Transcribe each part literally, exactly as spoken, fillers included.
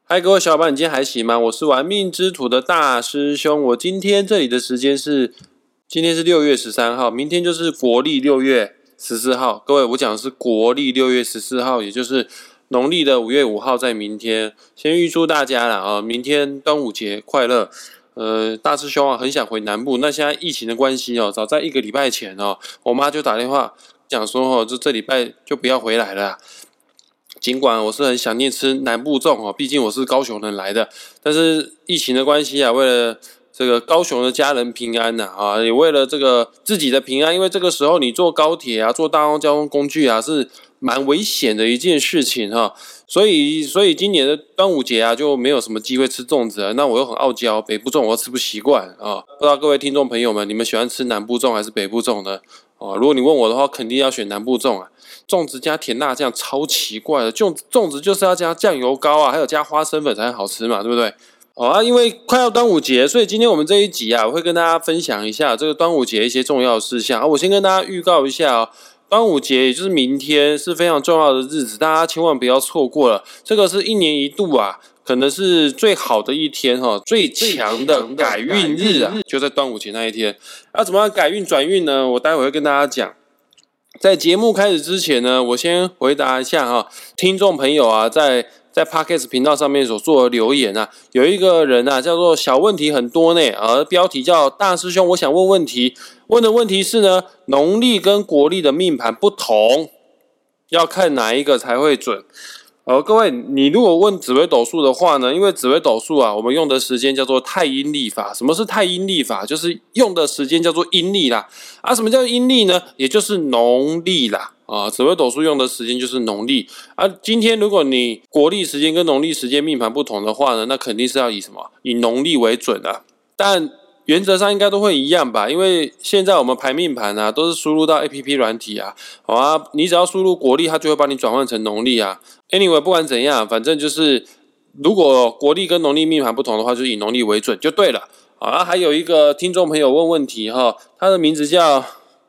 嗨，各位小伙伴，你今天还行吗？我是玩命之徒的大师兄。我今天这里的时间是，今天是六月十三号，明天就是国历六月十四号。各位，我讲的是国历六月十四号，也就是农历的五月五号，在明天。先预祝大家啦啊，明天端午节快乐。呃，大师兄啊，很想回南部，那现在疫情的关系哦，早在一个礼拜前哦，我妈就打电话讲说哦，就这礼拜就不要回来了啦。尽管我是很想念吃南部粽哦，毕竟我是高雄人来的，但是疫情的关系啊，为了这个高雄的家人平安呐啊，也为了这个自己的平安，因为这个时候你坐高铁啊，坐大众交通工具啊，是蛮危险的一件事情哈，所以所以今年的端午节啊，就没有什么机会吃粽子了。那我又很傲娇，北部粽我吃不习惯啊，不知道各位听众朋友们，你们喜欢吃南部粽还是北部粽呢？哦，如果你问我的话，肯定要选南部粽啊。粽子加甜辣酱超奇怪的，粽粽子就是要加酱油膏啊，还有加花生粉才好吃嘛，对不对？哦啊，因为快要端午节，所以今天我们这一集啊，我会跟大家分享一下这个端午节一些重要的事项啊。我先跟大家预告一下哦，端午节也就是明天是非常重要的日子，大家千万不要错过了。这个是一年一度啊，可能是最好的一天哈，最强的改运日啊，就在端午节那一天。要怎么样改运转运呢？我待会会跟大家讲。在节目开始之前呢，我先回答一下哈，听众朋友啊，在在 Podcast 频道上面所做的留言啊，有一个人啊叫做小问题很多呢，而标题叫大师兄，我想问问题，问的问题是呢，农历跟国历的命盘不同，要看哪一个才会准。呃，各位，你如果问紫微斗数的话呢，因为紫微斗数啊，我们用的时间叫做太阴历法。什么是太阴历法？就是用的时间叫做阴历啦。啊，什么叫阴历呢？也就是农历啦。啊，紫微斗数用的时间就是农历。啊，今天如果你国历时间跟农历时间命盘不同的话呢，那肯定是要以什么？以农历为准啊。但原则上应该都会一样吧，因为现在我们排命盘啊，都是输入到 A P P 软体啊，好啊，你只要输入国历，它就会帮你转换成农历啊。Anyway， 不管怎样，反正就是如果国历跟农历命盘不同的话，就以农历为准就对了。好啊，还有一个听众朋友问问题哈，他的名字叫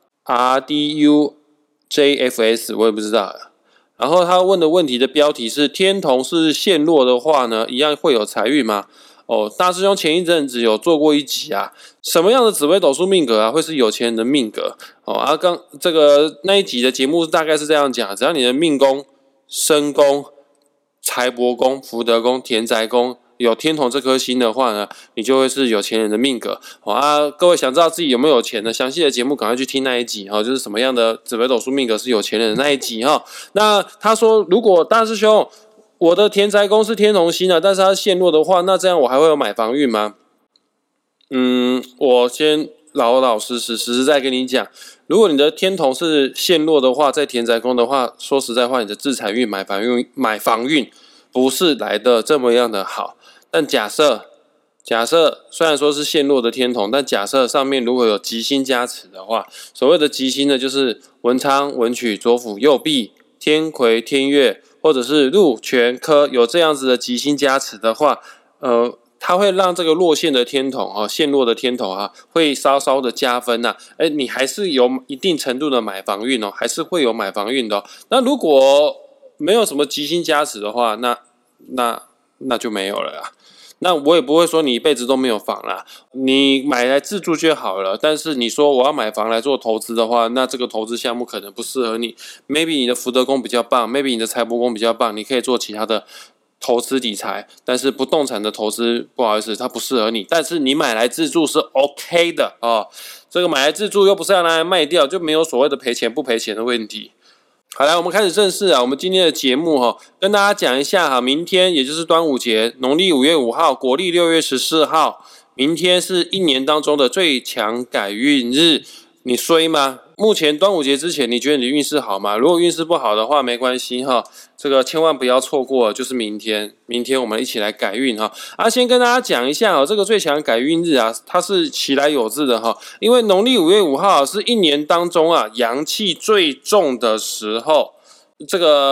R D U J F S， 我也不知道。然后他问的问题的标题是：天同是陷落的话呢，一样会有财运吗？哦，大师兄前一阵子有做过一集啊，什么样的紫微斗数命格啊，会是有钱人的命格？哦，啊，刚这个那一集的节目大概是这样讲，只要你的命宫、身宫、财帛宫、福德宫、田宅宫有天同这颗星的话呢，你就会是有钱人的命格。好啊，各位想知道自己有没有钱呢？详细的节目赶快去听那一集哈，就是什么样的紫微斗数命格是有钱人的那一集哈。那他说，如果大师兄，我的田宅宫是天同星啊，但是它陷落的话，那这样我还会有买房运吗？嗯，我先老老实实实实在跟你讲，如果你的天同是陷落的话，在田宅宫的话，说实在话，你的自财运、买房运、买房运不是来的这么样的好。但假设假设虽然说是陷落的天同，但假设上面如果有吉星加持的话，所谓的吉星呢，就是文昌、文曲、左辅、右弼、天魁、天月，或者是禄、权、科，有这样子的吉星加持的话，呃，它会让这个落陷的天同啊，陷落的天同啊，会稍稍的加分呐、啊。哎，你还是有一定程度的买房运哦，还是会有买房运的、哦。那如果没有什么吉星加持的话，那那那就没有了啦。那我也不会说你一辈子都没有房啦，你买来自住就好了。但是你说我要买房来做投资的话，那这个投资项目可能不适合你。Maybe 你的福德宫比较棒 ，Maybe 你的财帛宫比较棒，你可以做其他的投资理财。但是不动产的投资，不好意思，它不适合你。但是你买来自住是 OK 的哦。这个买来自住又不是要拿来卖掉，就没有所谓的赔钱不赔钱的问题。好，来，我们开始正式啊！我们今天的节目哈，跟大家讲一下哈，明天也就是端午节，农历五月五号，国历六月十四号，明天是一年当中的最强改运日。你衰吗？目前端午节之前，你觉得你的运势好吗？如果运势不好的话，没关系哈，这个千万不要错过，就是明天。明天我们一起来改运哈。啊，先跟大家讲一下哦，这个最强改运日啊，它是其来有自的哈，因为农历五月五号是一年当中啊阳气最重的时候。这个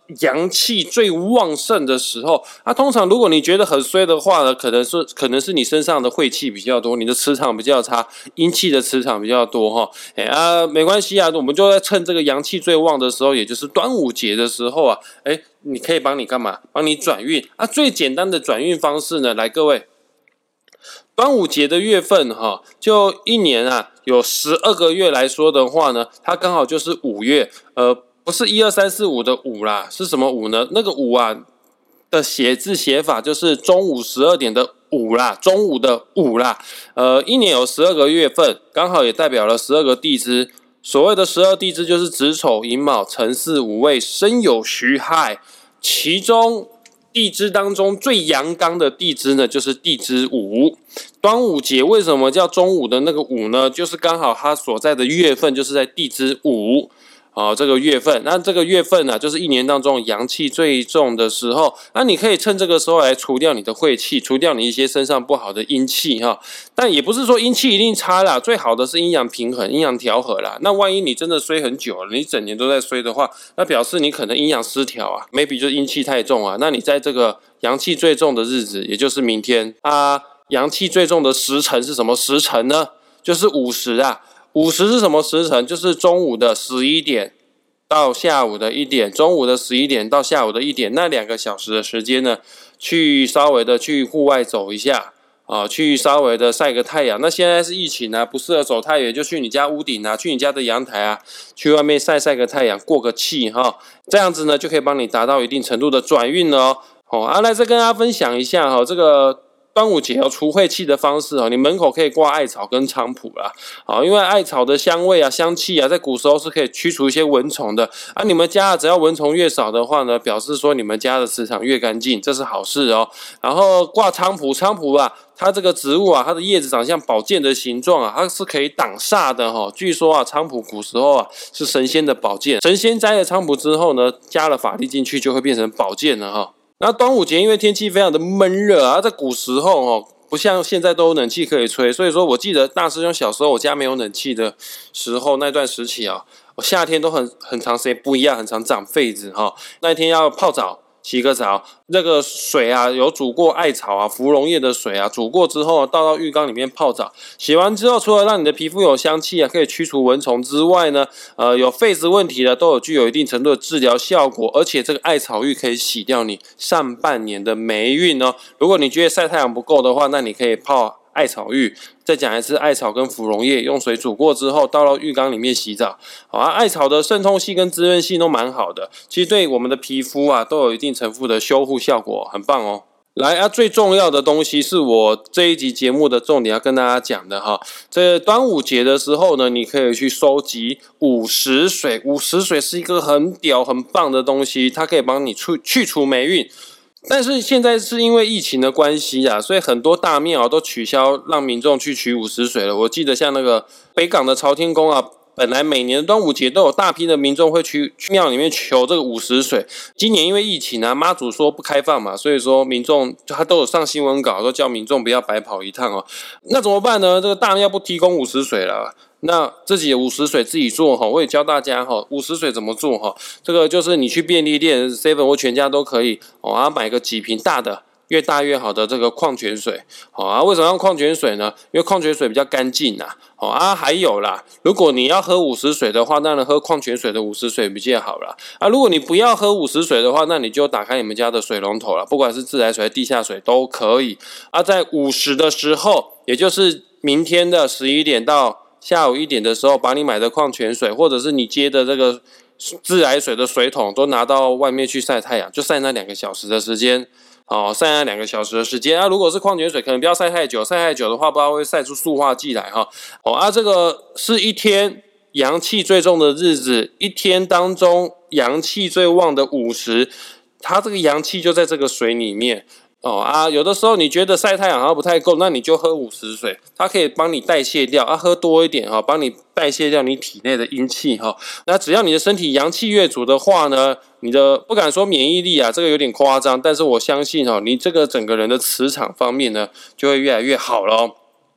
阳气最旺盛的时候。啊，通常如果你觉得很衰的话呢，可能是可能是你身上的晦气比较多，你的磁场比较差，阴气的磁场比较多哈。哎啊，没关系啊，我们就在趁这个阳气最旺的时候，也就是端午节的时候啊，哎，你可以帮你干嘛？帮你转运啊。最简单的转运方式呢，来各位。端午节的月份哈，就一年啊有十二个月来说的话呢，它刚好就是五月，呃，不是一二三四五的五啦，是什么五呢？那个五啊的写字写法就是中午十二点的午啦，中午的午啦。呃，一年有十二个月份，刚好也代表了十二个地支。所谓的十二地支就是子丑寅卯辰巳午未申酉戌亥，其中地支当中最阳刚的地支呢，就是地支午。端午节为什么叫中午的那个午呢？就是刚好它所在的月份就是在地支午。哦，这个月份，那这个月份呢、啊，就是一年当中阳气最重的时候。那你可以趁这个时候来除掉你的晦气，除掉你一些身上不好的阴气哈。但也不是说阴气一定差啦，最好的是阴阳平衡、阴阳调和啦。那万一你真的衰很久了，你整年都在衰的话，那表示你可能阴阳失调啊 ，maybe 就是阴气太重啊。那你在这个阳气最重的日子，也就是明天啊，阳气最重的时辰是什么时辰呢？就是午时啊。午时是什么时辰？就是中午的十一点到下午的一点，中午的十一点到下午的一点，那两个小时的时间呢，去稍微的去户外走一下啊，去稍微的晒个太阳。那现在是疫情啊，不适合走太远，就去你家屋顶啊，去你家的阳台啊，去外面晒晒个太阳，过个气哈，这样子呢就可以帮你达到一定程度的转运了哦。好、啊，来再跟大家分享一下哈，这个。端午节有除晦气的方式哦，你门口可以挂艾草跟菖蒲啦，啊，因为艾草的香味啊、香气啊，在古时候是可以驱除一些蚊虫的啊。你们家只要蚊虫越少的话呢，表示说你们家的磁场越干净，这是好事哦。然后挂菖蒲，菖蒲啊，它这个植物啊，它的叶子长像宝剑的形状啊，它是可以挡煞的哈、哦。据说啊，菖蒲古时候啊是神仙的宝剑，神仙摘了菖蒲之后呢，加了法力进去，就会变成宝剑了哈、哦。那端午节因为天气非常的闷热啊，在古时候哦，不像现在都有冷气可以吹，所以说我记得大师兄小时候我家没有冷气的时候，那段时期啊，我夏天都很很长时间不一样，很常长痱子哈、哦。那一天要泡澡。洗个澡，那个水啊，有煮过艾草啊、芙蓉叶的水啊，煮过之后倒到浴缸里面泡澡。洗完之后，除了让你的皮肤有香气啊，可以驱除蚊虫之外呢，呃，有痱子问题的都有具有一定程度的治疗效果。而且这个艾草浴可以洗掉你上半年的霉运哦。如果你觉得晒太阳不够的话，那你可以泡艾草浴。再讲一次，艾草跟芙蓉叶用水煮过之后，倒到浴缸里面洗澡。好啊，艾草的渗透性跟滋润性都蛮好的，其实对我们的皮肤啊都有一定程度的修护效果，很棒哦。来啊，最重要的东西是我这一集节目的重点要跟大家讲的哈。这端午节的时候呢，你可以去收集午时水。午时水是一个很屌、很棒的东西，它可以帮你去去除霉运。但是现在是因为疫情的关系啊，所以很多大庙都取消让民众去取午时水了。我记得像那个北港的朝天宫啊，本来每年的端午节都有大批的民众会去去庙里面求这个午时水。今年因为疫情啊，妈祖说不开放嘛，所以说民众他都有上新闻稿，都叫民众不要白跑一趟哦。那怎么办呢？这个大庙不提供午时水了。那自己的午时水自己做哈，我也教大家哈，午时水怎么做哈？这个就是你去便利店 seven 或全家都可以哦，啊买个几瓶大的，越大越好的这个矿泉水，好啊。为什么用矿泉水呢？因为矿泉水比较干净呐。好啊，还有啦，如果你要喝午时水的话，当然喝矿泉水的午时水比较好啦。啊，如果你不要喝午时水的话，那你就打开你们家的水龙头啦，不管是自来水、地下水都可以。啊，在午时的时候，也就是明天的十一点到下午一点的时候，把你买的矿泉水，或者是你接的这个自来水的水桶，都拿到外面去晒太阳，就晒那两个小时的时间。哦，晒那两个小时的时间啊。如果是矿泉水，可能不要晒太久，晒太久的话，不知道会晒出塑化剂来哈。哦啊，这个是一天阳气最重的日子，一天当中阳气最旺的午时，它这个阳气就在这个水里面。哦啊，有的时候你觉得晒太阳好像不太够，那你就喝午时水，它可以帮你代谢掉啊，喝多一点哈、哦，帮你代谢掉你体内的阴气哈、哦。那只要你的身体阳气越足的话呢，你的不敢说免疫力啊，这个有点夸张，但是我相信哈、哦，你这个整个人的磁场方面呢，就会越来越好了、哦。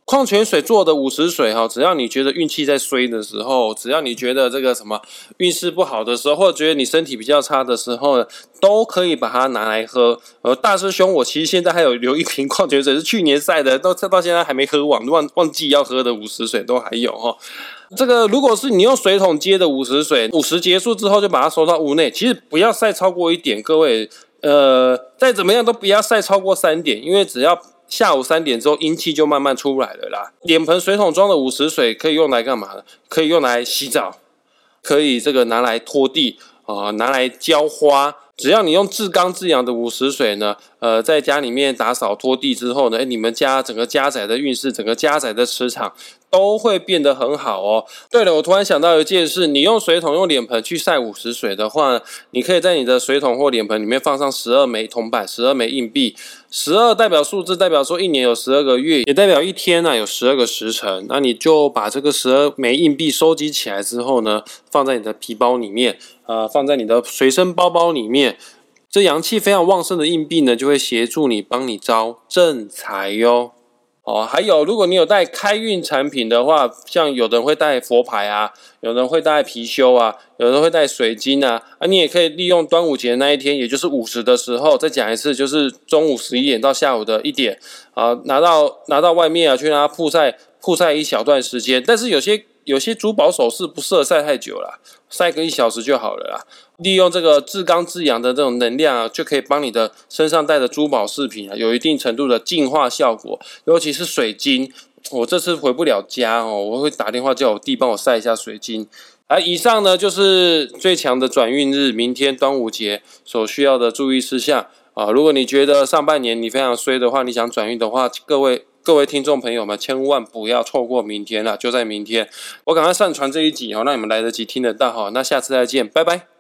矿泉水做的午时水哈，只要你觉得运气在衰的时候，只要你觉得这个什么运势不好的时候，或者觉得你身体比较差的时候呢，都可以把它拿来喝。而大师兄，我其实现在还有留一瓶矿泉水，是去年晒的，到到现在还没喝完，忘忘记要喝的午时水都还有哈。这个如果是你用水桶接的午时水，午时结束之后就把它收到屋内，其实不要晒超过一点，各位，呃，再怎么样都不要晒超过三点，因为只要下午三点之后，阴气就慢慢出来了啦。脸盆水桶装的午时水可以用来干嘛呢？可以用来洗澡，可以这个拿来拖地啊、呃，拿来浇花。只要你用至刚至阳的午时水呢，呃，在家里面打扫拖地之后呢，你们家整个家宅的运势，整个家宅的磁场都会变得很好哦。对了，我突然想到一件事，你用水桶用脸盆去晒午时水的话，你可以在你的水桶或脸盆里面放上十二枚铜板、十二枚硬币。十二代表数字，代表说一年有十二个月，也代表一天呢、啊、有十二个时辰。那你就把这个十二枚硬币收集起来之后呢，放在你的皮包里面，呃，放在你的随身包包里面。这阳气非常旺盛的硬币呢，就会协助你，帮你招正财哟。哦，还有，如果你有带开运产品的话，像有的人会带佛牌啊，有人会带貔貅啊，有人会带水晶啊，啊，你也可以利用端午节那一天，也就是午时的时候，再讲一次，就是中午十一点到下午的一点啊，拿到拿到外面啊，去让它曝晒曝晒一小段时间。但是有些有些珠宝首饰不适合晒太久啦，晒个一小时就好了啦。利用这个至刚至阳的这种能量啊，就可以帮你的身上带的珠宝饰品啊，有一定程度的净化效果。尤其是水晶，我这次回不了家哦，我会打电话叫我弟帮我晒一下水晶。而以上呢，就是最强的转运日，明天端午节所需要的注意事项啊。如果你觉得上半年你非常衰的话，你想转运的话，各位。各位听众朋友们，千万不要错过明天了，就在明天，我赶快上传这一集哦，让你们来得及听得到哈。那下次再见，拜拜。